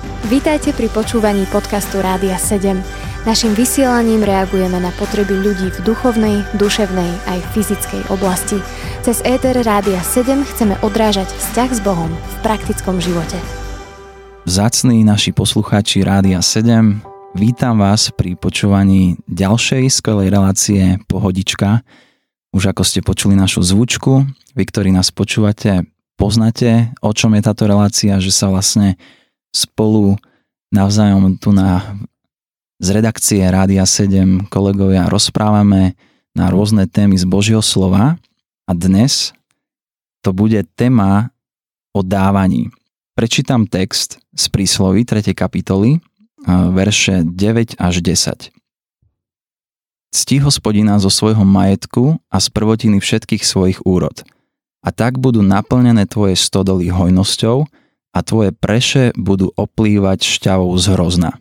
Vítajte pri počúvaní podcastu Rádia 7. Naším vysielaním reagujeme na potreby ľudí v duchovnej, duševnej aj fyzickej oblasti. Cez éter Rádia 7 chceme odrážať vzťah s Bohom v praktickom živote. Vzácni naši poslucháči Rádia 7, vítam vás pri počúvaní ďalšej skvelej relácie Pohodička. Už ako ste počuli našu zvučku, vy, ktorí nás počúvate, poznáte, o čom je táto relácia, že sa vlastne spolu navzájom tu z redakcie Rádia 7 kolegovia rozprávame na rôzne témy z Božieho slova a dnes to bude téma o dávaní. Prečítam text z Prísloví 3. kapitoly, verše 9 až 10. Cti Hospodina zo svojho majetku a z prvotiny všetkých svojich úrod. A tak budú naplnené tvoje stodoly hojnosťou a tvoje preše budú oplývať šťavou z hrozna.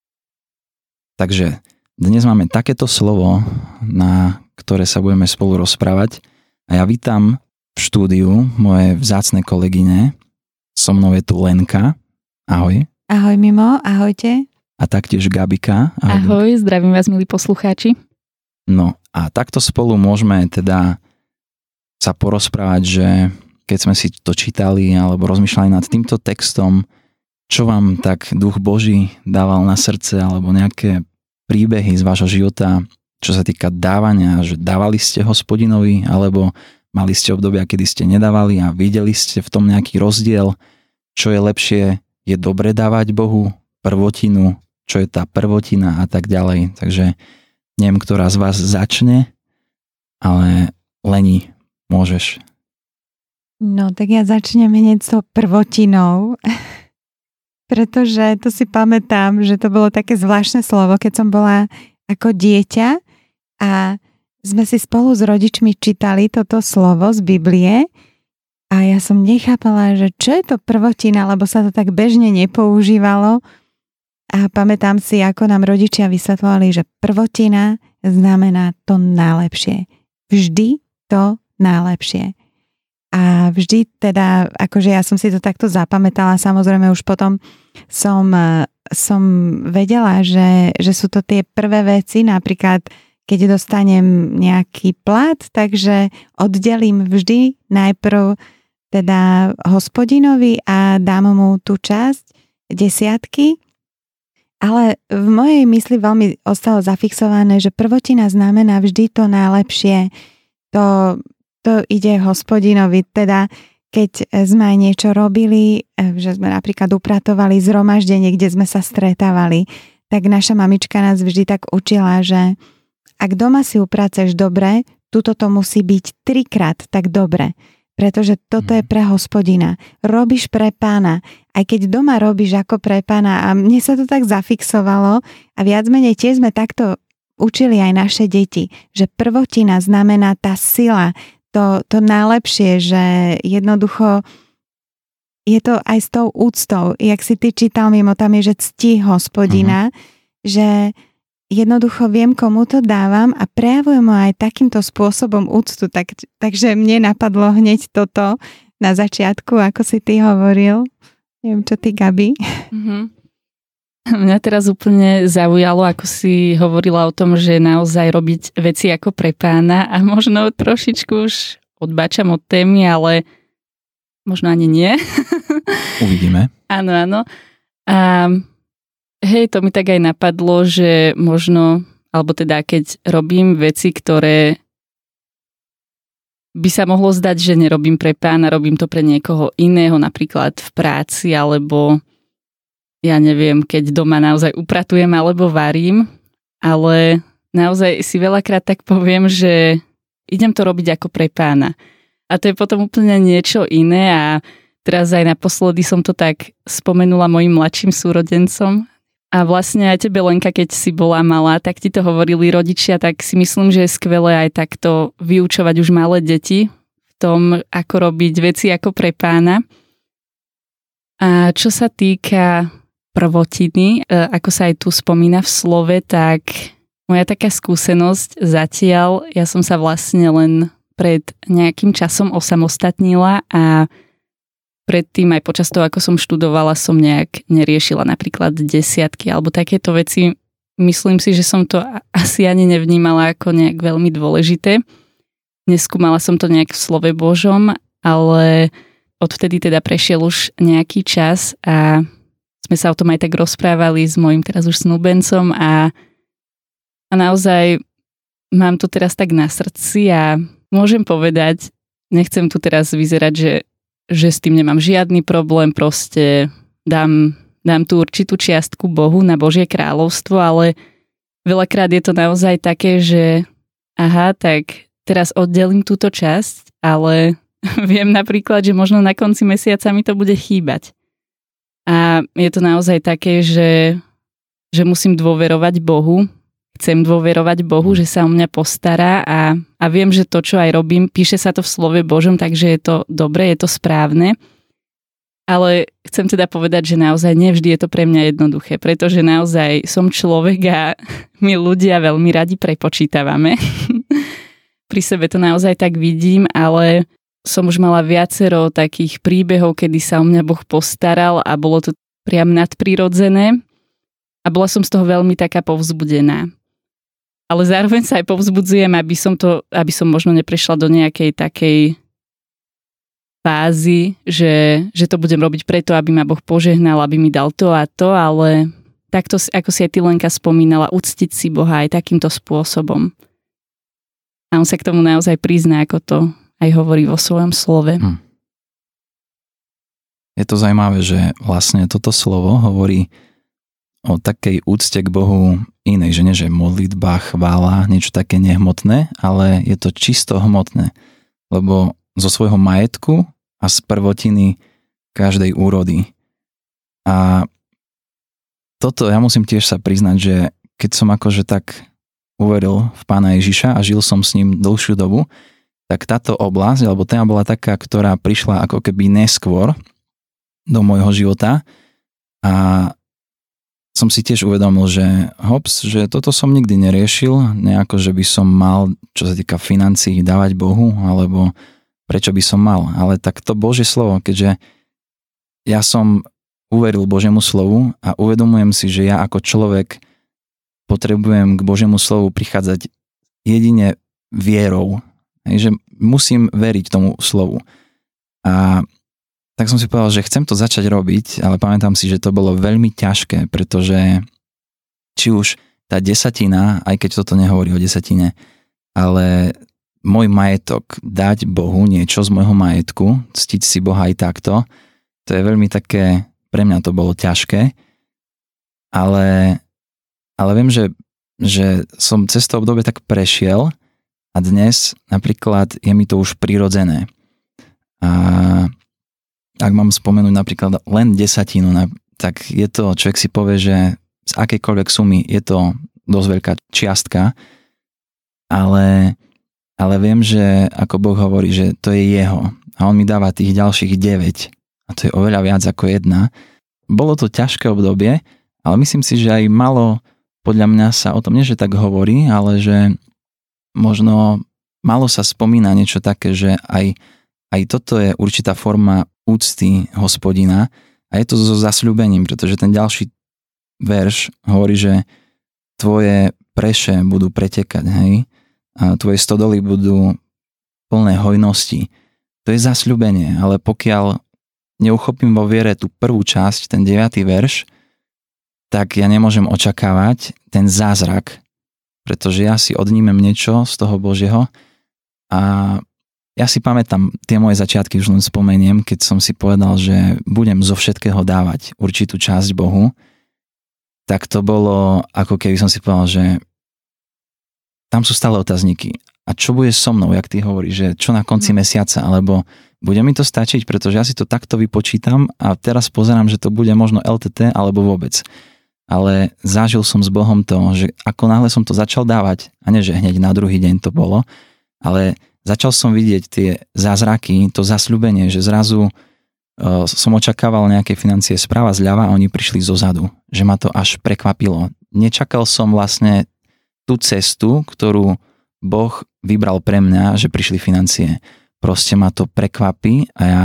Takže dnes máme takéto slovo, na ktoré sa budeme spolu rozprávať. A ja vítam v štúdiu moje vzácne kolegyne. So mnou je tu Lenka. Ahoj. Ahoj Mimo, ahojte. A taktiež Gabika. Ahoj, zdravím vás, milí poslucháči. No a takto spolu môžeme teda sa porozprávať, že keď sme si to čítali alebo rozmýšľali nad týmto textom, čo vám tak Duch Boží dával na srdce alebo nejaké príbehy z vášho života, čo sa týka dávania, že dávali ste Hospodinovi alebo mali ste obdobia, kedy ste nedávali a videli ste v tom nejaký rozdiel, čo je lepšie, je dobre dávať Bohu prvotinu, čo je tá prvotina a tak ďalej. Takže neviem, ktorá z vás začne, ale Leni, môžeš. No, tak ja začnem hneď s tou prvotinou, pretože to si pamätám, že to bolo také zvláštne slovo, keď som bola ako dieťa a sme si spolu s rodičmi čítali toto slovo z Biblie a ja som nechápala, že čo je to prvotina, lebo sa to tak bežne nepoužívalo a pamätám si, ako nám rodičia vysvetľovali, že prvotina znamená to najlepšie. Vždy to najlepšie. A vždy teda, akože ja som si to takto zapamätala, samozrejme už potom som vedela, že sú to tie prvé veci, napríklad keď dostanem nejaký plat, takže oddelím vždy najprv teda Hospodinovi a dám mu tú časť desiatky, ale v mojej mysli veľmi ostalo zafixované, že prvotina znamená vždy to najlepšie, to ide Hospodinovi, teda keď sme aj niečo robili, že sme napríklad upratovali zhromaždenie, kde sme sa stretávali, tak naša mamička nás vždy tak učila, že ak doma si upraceš dobre, tuto to musí byť 3-krát tak dobre, pretože toto je pre Hospodina. Robíš pre Pána, aj keď doma robíš ako pre Pána a mne sa to tak zafixovalo a viac menej tiež sme takto učili aj naše deti, že prvotina znamená tá sila, to najlepšie, že jednoducho je to aj s tou úctou. Jak si ty čítal, Mimo, tam je, že cti Hospodina, že jednoducho viem, komu to dávam a prejavujem mu aj takýmto spôsobom úctu. Takže mne napadlo hneď toto na začiatku, ako si ty hovoril. Neviem, čo ty, Gabi? Mňa teraz úplne zaujalo, ako si hovorila o tom, že naozaj robiť veci ako pre Pána a možno trošičku už odbáčam od témy, ale možno ani nie. Uvidíme. Áno. A hej, to mi tak aj napadlo, že možno, alebo teda keď robím veci, ktoré by sa mohlo zdať, že nerobím pre Pána, robím to pre niekoho iného, napríklad v práci, alebo ja neviem, keď doma naozaj upratujem alebo varím, ale naozaj si veľakrát tak poviem, že idem to robiť ako pre Pána. A to je potom úplne niečo iné a teraz aj naposledy som to tak spomenula mojim mladším súrodencom. A vlastne aj tebe, Lenka, keď si bola malá, tak ti to hovorili rodičia, tak si myslím, že je skvelé aj takto vyučovať už malé deti v tom, ako robiť veci ako pre Pána. A čo sa týka prvotiny, ako sa aj tu spomína v slove, tak moja taká skúsenosť zatiaľ, ja som sa vlastne len pred nejakým časom osamostatnila a predtým aj počas toho, ako som študovala, som nejak neriešila napríklad desiatky alebo takéto veci. Myslím si, že som to asi ani nevnímala ako nejak veľmi dôležité. Neskúmala som to nejak v slove Božom, ale odvtedy teda prešiel už nejaký čas a sme sa o tom aj tak rozprávali s mojím teraz už snúbencom a naozaj mám to teraz tak na srdci a môžem povedať, nechcem tu teraz vyzerať, že s tým nemám žiadny problém, proste dám tú určitú čiastku Bohu na Božie kráľovstvo, ale veľakrát je to naozaj také, že aha, tak teraz oddelím túto časť, ale viem napríklad, že možno na konci mesiaca mi to bude chýbať. A je to naozaj také, že musím dôverovať Bohu, chcem dôverovať Bohu, že sa o mňa postará a viem, že to, čo aj robím, píše sa to v slove Božom, takže je to dobré, je to správne. Ale chcem teda povedať, že naozaj nevždy je to pre mňa jednoduché, pretože naozaj som človek a my ľudia veľmi radi prepočítavame. Pri sebe to naozaj tak vidím, ale som už mala viacero takých príbehov, kedy sa o mňa Boh postaral a bolo to priam nadprirodzené a bola som z toho veľmi taká povzbudená. Ale zároveň sa aj povzbudzujem, aby som možno neprešla do nejakej takej fázy, že to budem robiť preto, aby ma Boh požehnal, aby mi dal to a to, ale takto, ako si aj ty Lenka spomínala, uctiť si Boha aj takýmto spôsobom. A on sa k tomu naozaj prizná, ako to aj hovorí vo svojom slove. Je to zaujímavé, že vlastne toto slovo hovorí o takej úcte k Bohu inej, že nie, že modlitba, chvála, niečo také nehmotné, ale je to čisto hmotné, lebo zo svojho majetku a z prvotiny každej úrody. A toto ja musím tiež sa priznať, že keď som akože tak uveril v Pána Ježiša a žil som s ním dlhšiu dobu, tak táto oblasť, alebo téma bola taká, ktorá prišla ako keby neskôr do môjho života a som si tiež uvedomil, že toto som nikdy neriešil, nejako, že by som mal, čo sa týka financií, dávať Bohu, alebo prečo by som mal. Ale tak to Božie slovo, keďže ja som uveril Božiemu slovu a uvedomujem si, že ja ako človek potrebujem k Božiemu slovu prichádzať jedine vierou. Že musím veriť tomu slovu. A tak som si povedal, že chcem to začať robiť, ale pamätám si, že to bolo veľmi ťažké, pretože či už tá desatina, aj keď toto nehovorí o desatine, ale môj majetok dať Bohu niečo z môjho majetku, ctiť si Boha aj takto, to je veľmi také, pre mňa to bolo ťažké, ale viem, že som cez to obdobie tak prešiel a dnes napríklad je mi to už prirodzené. A ak mám spomenúť napríklad len desatinu, tak je to, človek si povie, že z akejkoľvek sumy je to dosť veľká čiastka, ale viem, že ako Boh hovorí, že to je jeho a on mi dáva tých ďalších 9 a to je oveľa viac ako 1. Bolo to ťažké obdobie, ale myslím si, že aj podľa mňa sa o tom nie, že tak hovorí, ale že možno málo sa spomína niečo také, že aj toto je určitá forma úcty Hospodina a je to so zasľúbením, pretože ten ďalší verš hovorí, že tvoje preše budú pretekať, hej? A tvoje stodoly budú plné hojnosti. To je zasľúbenie, ale pokiaľ neuchopím vo viere tú prvú časť, ten 9. verš, tak ja nemôžem očakávať ten zázrak, pretože ja si odnímem niečo z toho Božieho a ja si pamätám tie moje začiatky, už len spomeniem, keď som si povedal, že budem zo všetkého dávať určitú časť Bohu, tak to bolo ako keby som si povedal, že tam sú stále otázniky. A čo bude so mnou, jak ty hovoríš, že čo na konci mesiaca, alebo bude mi to stačiť, pretože ja si to takto vypočítam a teraz pozerám, že to bude možno LTT alebo vôbec. Ale zažil som s Bohom to, že ako náhle som to začal dávať, a nie, že hneď na druhý deň to bolo, ale začal som vidieť tie zázraky, to zasľúbenie, že zrazu som očakával nejaké financie správa zľava a oni prišli zozadu. Že ma to až prekvapilo. Nečakal som vlastne tú cestu, ktorú Boh vybral pre mňa, že prišli financie. Proste ma to prekvapí a ja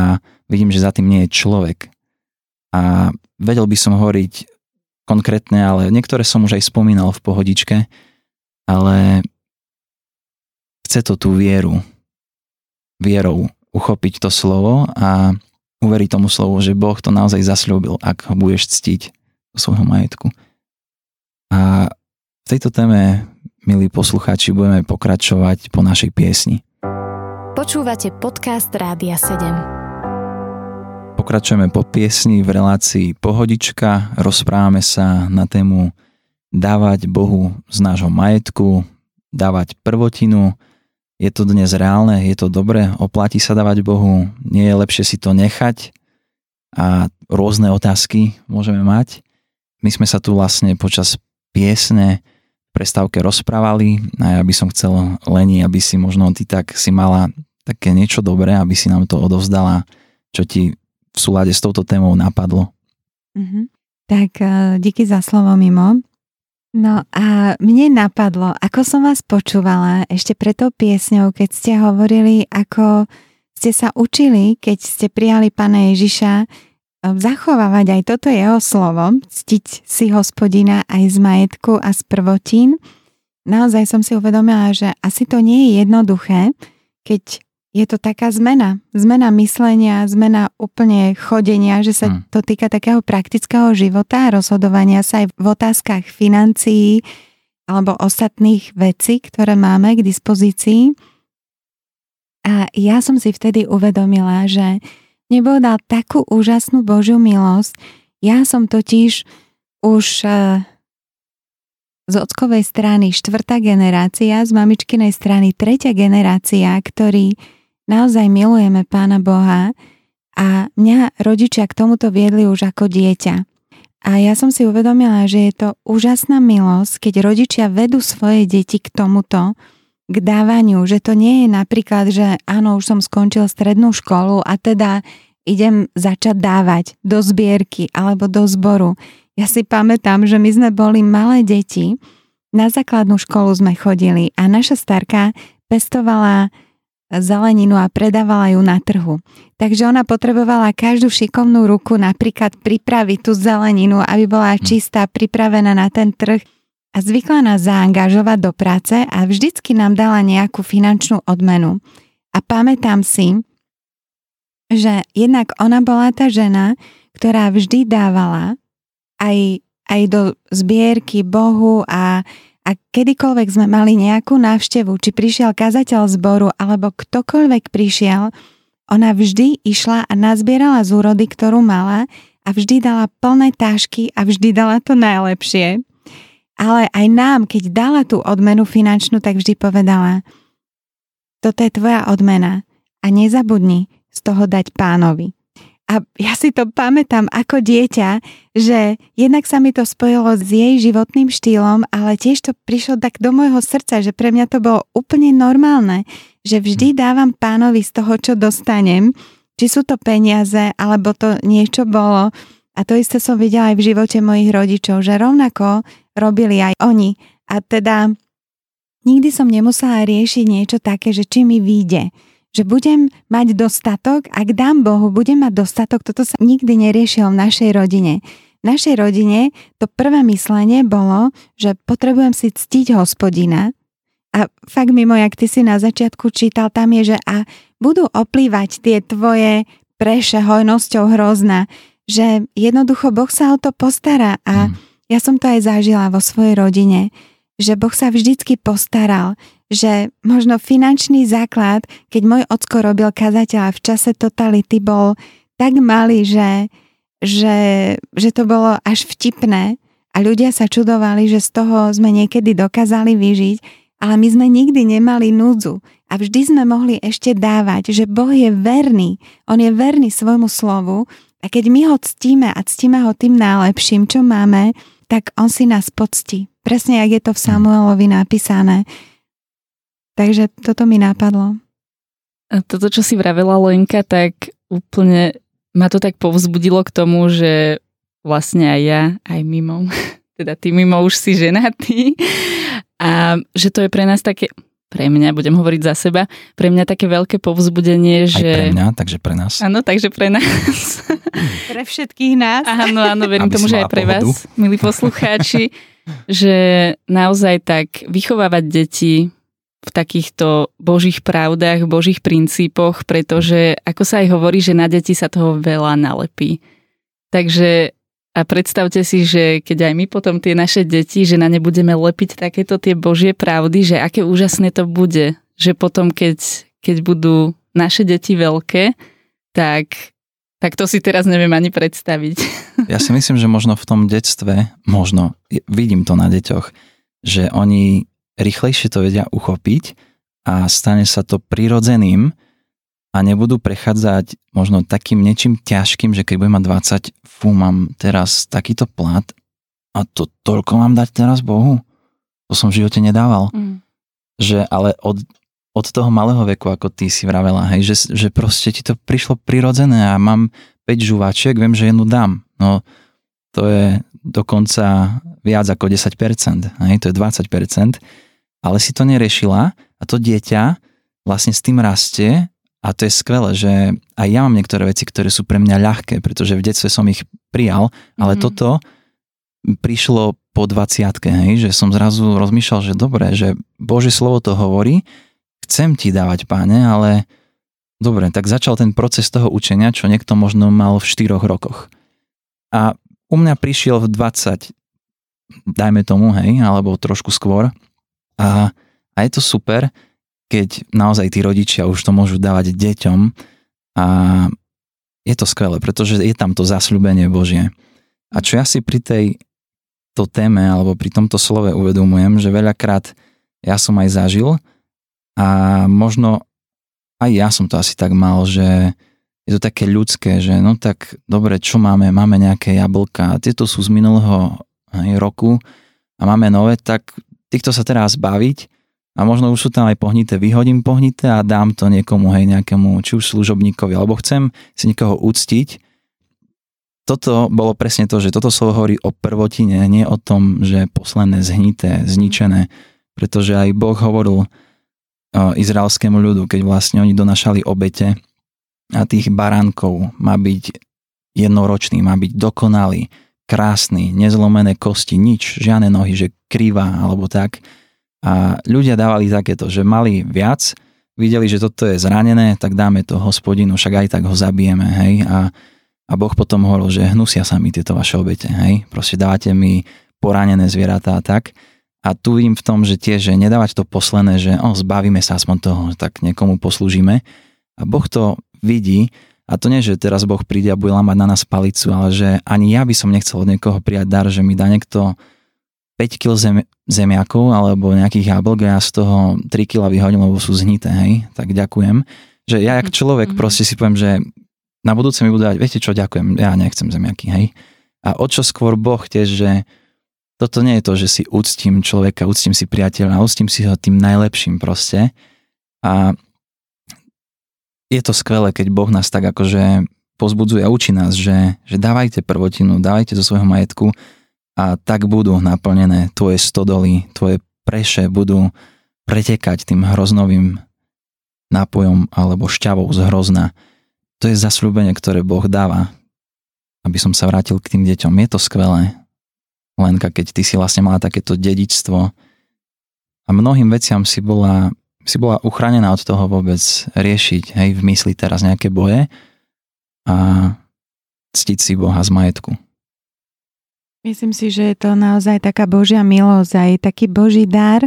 vidím, že za tým nie je človek. A vedel by som hovoriť konkrétne, ale niektoré som už aj spomínal v pohodičke, ale chce to tú vierou uchopiť to slovo a uveriť tomu slovu, že Boh to naozaj zasľúbil, ak ho budeš ctiť do svojho majetku. A v tejto téme, milí poslucháči, budeme pokračovať po našej piesni. Počúvate podcast Rádia 7. Pokračujeme po piesni v relácii Pohodička, rozprávame sa na tému dávať Bohu z nášho majetku, dávať prvotinu. Je to dnes reálne, je to dobré, oplatí sa dávať Bohu, nie je lepšie si to nechať a rôzne otázky môžeme mať. My sme sa tu vlastne počas piesne v prestávke rozprávali a ja by som chcel, Leni, aby si možno ty tak si mala také niečo dobré, aby si nám to odovzdala, čo ti v súlade s touto témou napadlo. Tak díky za slovo, Mimo. No a mne napadlo, ako som vás počúvala ešte pred tou piesňou, keď ste hovorili, ako ste sa učili, keď ste prijali Pána Ježiša, zachovávať aj toto jeho slovo, ctiť si Hospodina aj z majetku a z prvotín. Naozaj som si uvedomila, že asi to nie je jednoduché, keď je to taká zmena myslenia, zmena úplne chodenia, že sa to týka takého praktického života a rozhodovania sa aj v otázkach financií alebo ostatných vecí, ktoré máme k dispozícii. A ja som si vtedy uvedomila, že Boh dal takú úžasnú Božiu milosť. Ja som totiž už z ockovej strany 4. generácia, z mamičkinej strany 3. generácia, ktorí naozaj milujeme Pána Boha a mňa rodičia k tomuto viedli už ako dieťa. A ja som si uvedomila, že je to úžasná milosť, keď rodičia vedú svoje deti k tomuto, k dávaniu, že to nie je napríklad, že áno, už som skončil strednú školu a teda idem začať dávať do zbierky alebo do zboru. Ja si pamätám, že my sme boli malé deti, na základnú školu sme chodili a naša starka pestovala zeleninu a predávala ju na trhu. Takže ona potrebovala každú šikovnú ruku napríklad pripraviť tú zeleninu, aby bola čistá, pripravená na ten trh a zvykla nás zaangažovať do práce a vždycky nám dala nejakú finančnú odmenu. A pamätám si, že jednak ona bola tá žena, ktorá vždy dávala aj do zbierky Bohu a kedykoľvek sme mali nejakú návštevu, či prišiel kazateľ zboru, alebo ktokoľvek prišiel, ona vždy išla a nazbierala z úrody, ktorú mala a vždy dala plné tášky a vždy dala to najlepšie. Ale aj nám, keď dala tú odmenu finančnú, tak vždy povedala: toto je tvoja odmena a nezabudni z toho dať Pánovi. A ja si to pamätám ako dieťa, že jednak sa mi to spojilo s jej životným štýlom, ale tiež to prišlo tak do môjho srdca, že pre mňa to bolo úplne normálne, že vždy dávam Pánovi z toho, čo dostanem, či sú to peniaze, alebo to niečo bolo. A to isté som videla aj v živote mojich rodičov, že rovnako robili aj oni. A teda nikdy som nemusela riešiť niečo také, že či mi vyjde. Že budem mať dostatok, ak dám Bohu, budem mať dostatok, toto sa nikdy neriešilo v našej rodine. V našej rodine to prvé myslenie bolo, že potrebujem si ctiť Hospodina. A fakt mimo, jak ty si na začiatku čítal, tam je, že a budú oplývať tie tvoje preše hojnosťou hrozná, že jednoducho Boh sa o to postará. A ja som to aj zažila vo svojej rodine, že Boh sa vždycky postaral, že možno finančný základ, keď môj ocko robil kazateľa v čase totality, bol tak malý, že to bolo až vtipné a ľudia sa čudovali, že z toho sme niekedy dokázali vyžiť, ale my sme nikdy nemali núdzu a vždy sme mohli ešte dávať, že Boh je verný, on je verný svojmu slovu a keď my ho ctíme a ctíme ho tým najlepším, čo máme, tak on si nás poctí. Presne, jak je to v Samuelovi napísané. Takže toto mi napadlo. A toto, čo si vravela Lenka, tak úplne ma to tak povzbudilo k tomu, že vlastne aj ja, aj Mimo, teda ty Mimo už si ženatý a že to je pre nás také, pre mňa, budem hovoriť za seba, pre mňa také veľké povzbudenie, že... Aj pre mňa, takže pre nás. Áno, takže pre nás. Pre všetkých nás. Áno, verím tomu, že aj pre pohodu. vás, milí poslucháči, že naozaj tak vychovávať deti v takýchto božích pravdách, božích princípoch, pretože ako sa aj hovorí, že na deti sa toho veľa nalepí. Takže a predstavte si, že keď aj my potom tie naše deti, že na ne budeme lepiť takéto tie božie pravdy, že aké úžasné to bude, že potom keď budú naše deti veľké, tak to si teraz neviem ani predstaviť. Ja si myslím, že možno v tom detstve, vidím to na deťoch, že oni rýchlejšie to vedia uchopiť a stane sa to prirodzeným a nebudú prechádzať možno takým niečím ťažkým, že keď budem mať 20, mám teraz takýto plat a to toľko mám dať teraz Bohu? To som v živote nedával. Že ale od toho malého veku, ako ty si vravela, hej, že proste ti to prišlo prirodzené a mám 5 žuvačiek, viem, že jednu dám. No to je dokonca viac ako 10%, hej, to je 20%, ale si to neriešila a to dieťa vlastne s tým rastie. A to je skvelé, že aj ja mám niektoré veci, ktoré sú pre mňa ľahké, pretože v detstve som ich prijal, ale toto prišlo po 20-ke, hej, že som zrazu rozmýšľal, že dobre, že Božie slovo to hovorí, chcem ti dávať, Páne, ale dobre, tak začal ten proces toho učenia, čo niekto možno mal v 4 rokoch. A u mňa prišiel v 20, dajme tomu, hej, alebo trošku skôr. A je to super, keď naozaj tí rodičia už to môžu dávať deťom a je to skvelé, pretože je tam to zasľúbenie Božie. A čo ja si pri tejto téme alebo pri tomto slove uvedomujem, že veľakrát ja som aj zažil a možno aj ja som to asi tak mal, že je to také ľudské, že no tak dobre, čo máme? Máme nejaké jablka, tieto sú z minulého roku a máme nové, tak týchto sa teraz baviť. A možno už sú tam aj pohnité, vyhodím pohnité a dám to niekomu, hej, nejakému, či už služobníkovi, alebo chcem si niekoho uctiť. Toto bolo presne to, že toto slovo hovorí o prvotine, nie o tom, že posledné zhnité, zničené. Pretože aj Boh hovoril izraelskému ľudu, keď vlastne oni donášali obete a tých baránkov má byť jednoročný, má byť dokonalý, krásny, nezlomené kosti, nič, žiadne nohy, že krivá alebo tak. A ľudia dávali takéto, že mali viac, videli, že toto je zranené, tak dáme to Hospodinu, však aj tak ho zabijeme, hej. A Boh potom hovoril, že hnusia sa mi tieto vaše obete, hej. Proste dávate mi poranené zvieratá a tak. A tu vidím v tom, že tiež, že nedávať to posledné, že zbavíme sa aspoň toho, tak niekomu poslúžime. A Boh to vidí, a to nie, že teraz Boh príde a bude lamať na nás palicu, ale že ani ja by som nechcel od niekoho prijať dar, že mi dá niekto 5 kg zemiakov alebo nejakých jablk a ja z toho 3 kg vyhodím, lebo sú zhnité, hej, tak ďakujem. Že ja jak človek proste si poviem, že na budúce mi budú dať, viete čo, ďakujem, ja nechcem zemiaky, hej. A o čo skôr Boh tiež, že toto nie je to, že si uctím človeka, uctím si priateľa, uctím si ho tým najlepším proste. A je to skvelé, keď Boh nás tak akože pozbudzuje a učí nás, že dávajte prvotinu, dávajte zo svojho majetku, a tak budú naplnené tvoje stodoly, tvoje preše budú pretekať tým hroznovým nápojom alebo šťavou z hrozna. To je zasľúbenie, ktoré Boh dáva, aby som sa vrátil k tým deťom. Je to skvelé. Lenka, keď ty si vlastne mala takéto dedičstvo a mnohým veciam si bola uchránená od toho vôbec riešiť, hej, v mysli teraz nejaké boje a ctiť si Boha z majetku. Myslím si, že je to naozaj taká Božia milosť, aj taký Boží dar,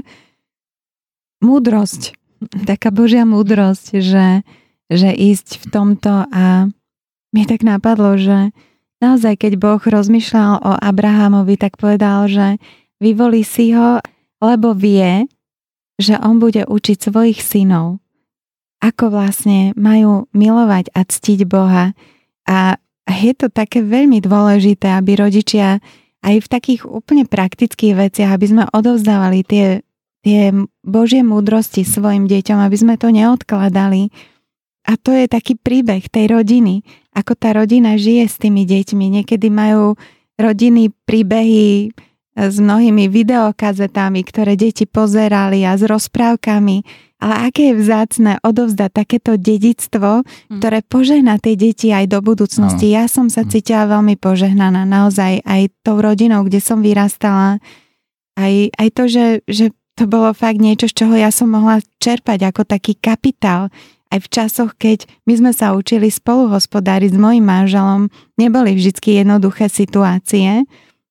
múdrosť, taká Božia múdrosť, že ísť v tomto. A mi tak napadlo, že naozaj, keď Boh rozmýšľal o Abrahamovi, tak povedal, že vyvolí si ho, lebo vie, že on bude učiť svojich synov, ako vlastne majú milovať a ctiť Boha. A je to také veľmi dôležité, aby rodičia aj v takých úplne praktických veciach, aby sme odovzdávali tie Božie múdrosti svojim deťom, aby sme to neodkladali. A to je taký príbeh tej rodiny, ako tá rodina žije s tými deťmi. Niekedy majú rodiny príbehy s mnohými videokazetami, ktoré deti pozerali a s rozprávkami, ale aké je vzácne odovzdať takéto dedičstvo, ktoré požehná tie deti aj do budúcnosti. Ja som sa cítila veľmi požehnaná, naozaj aj tou rodinou, kde som vyrastala, aj to, že to bolo fakt niečo, z čoho ja som mohla čerpať ako taký kapitál. Aj v časoch, keď my sme sa učili spolu hospodáriť s mojím manželom, neboli vždy jednoduché situácie,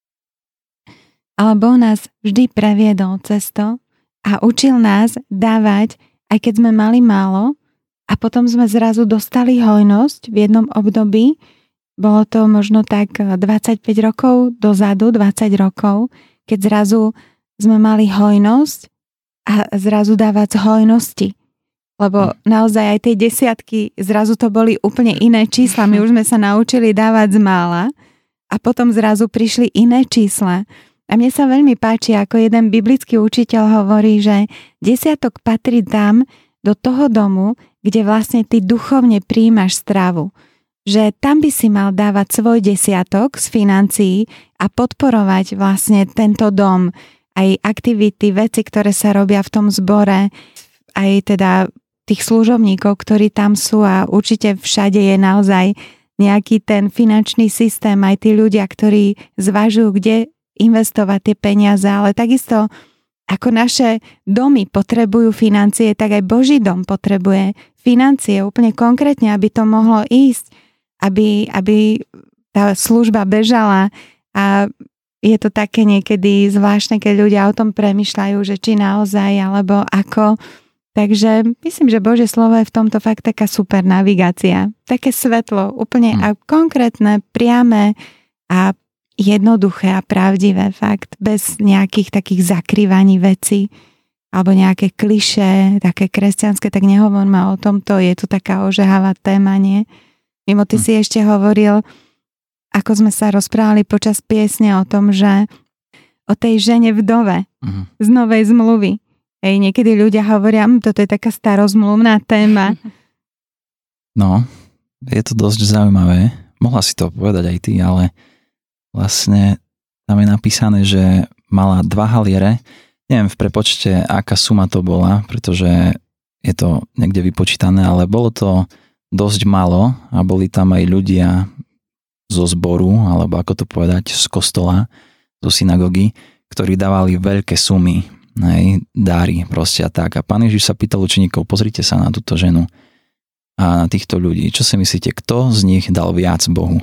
ale Boh nás vždy previedol cez to a učil nás dávať, aj keď sme mali málo, a potom sme zrazu dostali hojnosť v jednom období. Bolo to možno tak 25 rokov dozadu, 20 rokov, keď zrazu sme mali hojnosť a zrazu dávať z hojnosti. Lebo naozaj aj tie desiatky, zrazu to boli úplne iné čísla. My už sme sa naučili dávať z mála a potom zrazu prišli iné čísla. A mne sa veľmi páči, ako jeden biblický učiteľ hovorí, že desiatok patrí tam do toho domu, kde vlastne ty duchovne prijímaš stravu. Že tam by si mal dávať svoj desiatok z financií a podporovať vlastne tento dom, aj aktivity, veci, ktoré sa robia v tom zbore, aj teda tých služobníkov, ktorí tam sú, a určite všade je naozaj nejaký ten finančný systém, aj tí ľudia, ktorí zvažujú, kde investovať tie peniaze, ale takisto ako naše domy potrebujú financie, tak aj Boží dom potrebuje financie úplne konkrétne, aby to mohlo ísť, aby tá služba bežala. A je to také niekedy zvláštne, keď ľudia o tom premýšľajú, že či naozaj, alebo ako. Takže myslím, že Božie slovo je v tomto fakt taká super navigácia. Také svetlo, úplne a konkrétne, priame a jednoduché a pravdivé, fakt, bez nejakých takých zakrývaní vecí alebo nejaké klišé, také kresťanské, tak nehovorme o tomto, je to taká ožehavá téma, nie? Mimo, ty si ešte hovoril, ako sme sa rozprávali počas piesne o tom, že o tej žene vdove z Novej zmluvy. Niekedy ľudia hovoria, toto je taká starozmluvná téma. No, je to dosť zaujímavé. Mohla si to povedať aj ty, ale vlastne tam je napísané, že mala 2 haliere. Neviem v prepočte, aká suma to bola, pretože je to niekde vypočítané, ale bolo to dosť málo a boli tam aj ľudia zo zboru, alebo ako to povedať, z kostola, zo synagógy, ktorí dávali veľké sumy, dáry proste a tak. A Pán Ježiš sa pýtal učeníkov, pozrite sa na túto ženu a na týchto ľudí. Čo si myslíte, kto z nich dal viac Bohu?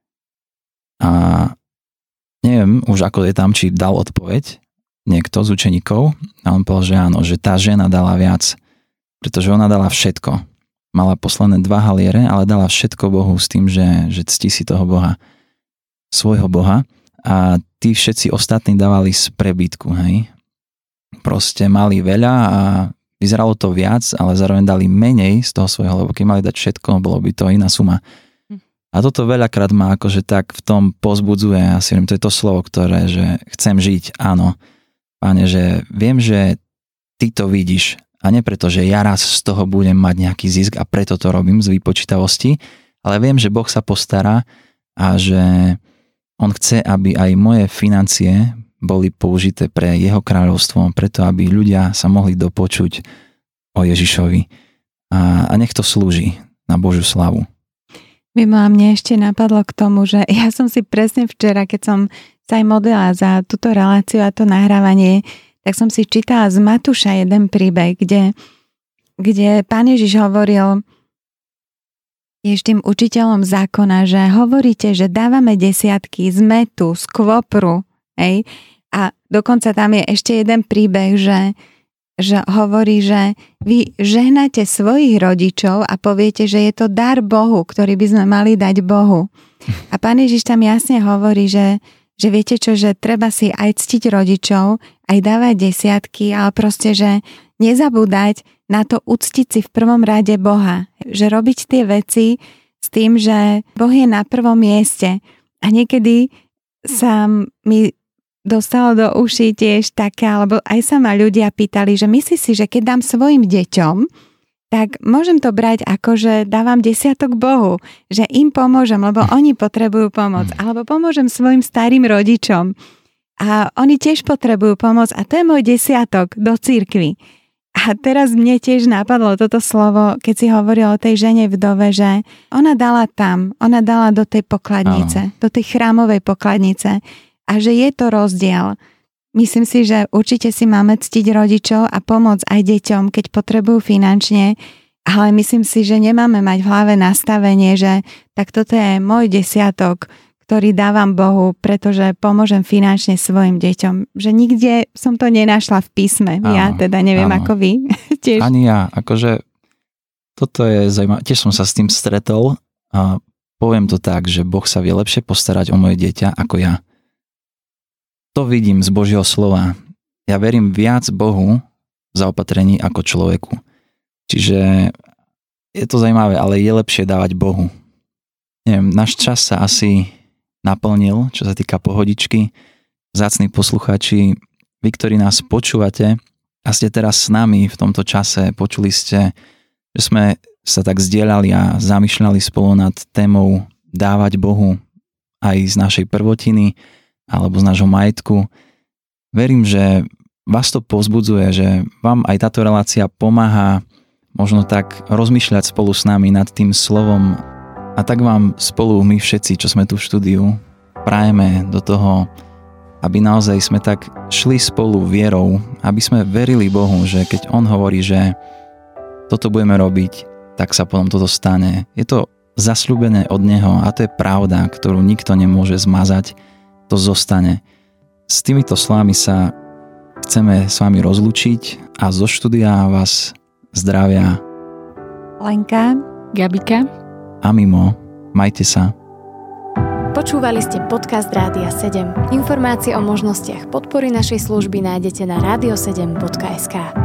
A neviem už ako je tam, či dal odpoveď niekto z učeníkov a on povedal, že áno, že tá žena dala viac, pretože ona dala všetko. Mala posledné 2 haliere, ale dala všetko Bohu s tým, že ctí si toho Boha, svojho Boha, a tí všetci ostatní dávali z prebytku, hej. Proste mali veľa a vyzeralo to viac, ale zároveň dali menej z toho svojho, lebo keď mali dať všetko, bolo by to iná suma. A toto veľakrát ma akože tak v tom pozbudzuje, ja si viem, to je to slovo, ktoré, že chcem žiť, áno. Páne, že viem, že ty to vidíš a nie preto, že ja raz z toho budem mať nejaký zisk a preto to robím z výpočítavosti, ale viem, že Boh sa postará a že on chce, aby aj moje financie boli použité pre jeho kráľovstvo, preto aby ľudia sa mohli dopočuť o Ježišovi a nech to slúži na Božiu slavu. Mne ešte napadlo k tomu, že ja som si presne včera, keď som sa aj modlila za túto reláciu a to nahrávanie, tak som si čítala z Matúša jeden príbeh, kde Pán Ježiš hovoril tým učiteľom zákona, že hovoríte, že dávame desiatky z metu, z kvopru, hej? A dokonca tam je ešte jeden príbeh, že hovorí, že vy žehnate svojich rodičov a poviete, že je to dar Bohu, ktorý by sme mali dať Bohu. A Pán Ježiš tam jasne hovorí, že viete čo, že treba si aj ctiť rodičov, aj dávať desiatky, ale proste, že nezabúdať na to uctiť si v prvom rade Boha. Že robiť tie veci s tým, že Boh je na prvom mieste. A niekedy sa mi dostalo do uší tiež také, alebo aj sa ma ľudia pýtali, že myslí si, že keď dám svojim deťom, tak môžem to brať ako, že dávam desiatok Bohu, že im pomôžem, lebo oni potrebujú pomoc, alebo pomôžem svojim starým rodičom. A oni tiež potrebujú pomoc a to je môj desiatok do cirkvi. A teraz mne tiež napadlo toto slovo, keď si hovoril o tej žene vdove, že ona dala tam, ona dala do tej pokladnice, do tej chrámovej pokladnice a že je to rozdiel. Myslím si, že určite si máme ctiť rodičov a pomôcť aj deťom, keď potrebujú finančne, ale myslím si, že nemáme mať v hlave nastavenie, že tak toto je môj desiatok, ktorý dávam Bohu, pretože pomôžem finančne svojim deťom. Že nikde som to nenašla v písme. Áno, ja teda neviem, ako vy. Tiež. Ani ja. Akože toto je zaujímavé. Tiež som sa s tým stretol a poviem to tak, že Boh sa vie lepšie postarať o moje dieťa ako ja. To vidím z Božieho slova. Ja verím viac Bohu za opatrení ako človeku. Čiže je to zaujímavé, ale je lepšie dávať Bohu. Neviem, náš čas sa asi naplnil, čo sa týka pohodičky. Vzácni poslucháči, vy, ktorí nás počúvate a ste teraz s nami v tomto čase, počuli ste, že sme sa tak zdieľali a zamýšľali spolu nad témou dávať Bohu aj z našej prvotiny alebo z nášho majetku. Verím, že vás to povzbudzuje, že vám aj táto relácia pomáha možno tak rozmýšľať spolu s nami nad tým slovom. A tak vám spolu my všetci, čo sme tu v štúdiu, prajeme do toho, aby naozaj sme tak šli spolu vierou, aby sme verili Bohu, že keď On hovorí, že toto budeme robiť, tak sa potom toto stane. Je to zasľúbené od Neho a to je pravda, ktorú nikto nemôže zmazať, to zostane. S týmito slovami sa chceme s vami rozlúčiť a zo štúdia vás zdravia Lenka, Gabika a Mimo. Majte sa. Počúvali ste podcast Rádia 7. Informácie o možnostiach podpory našej služby nájdete na radio7.sk.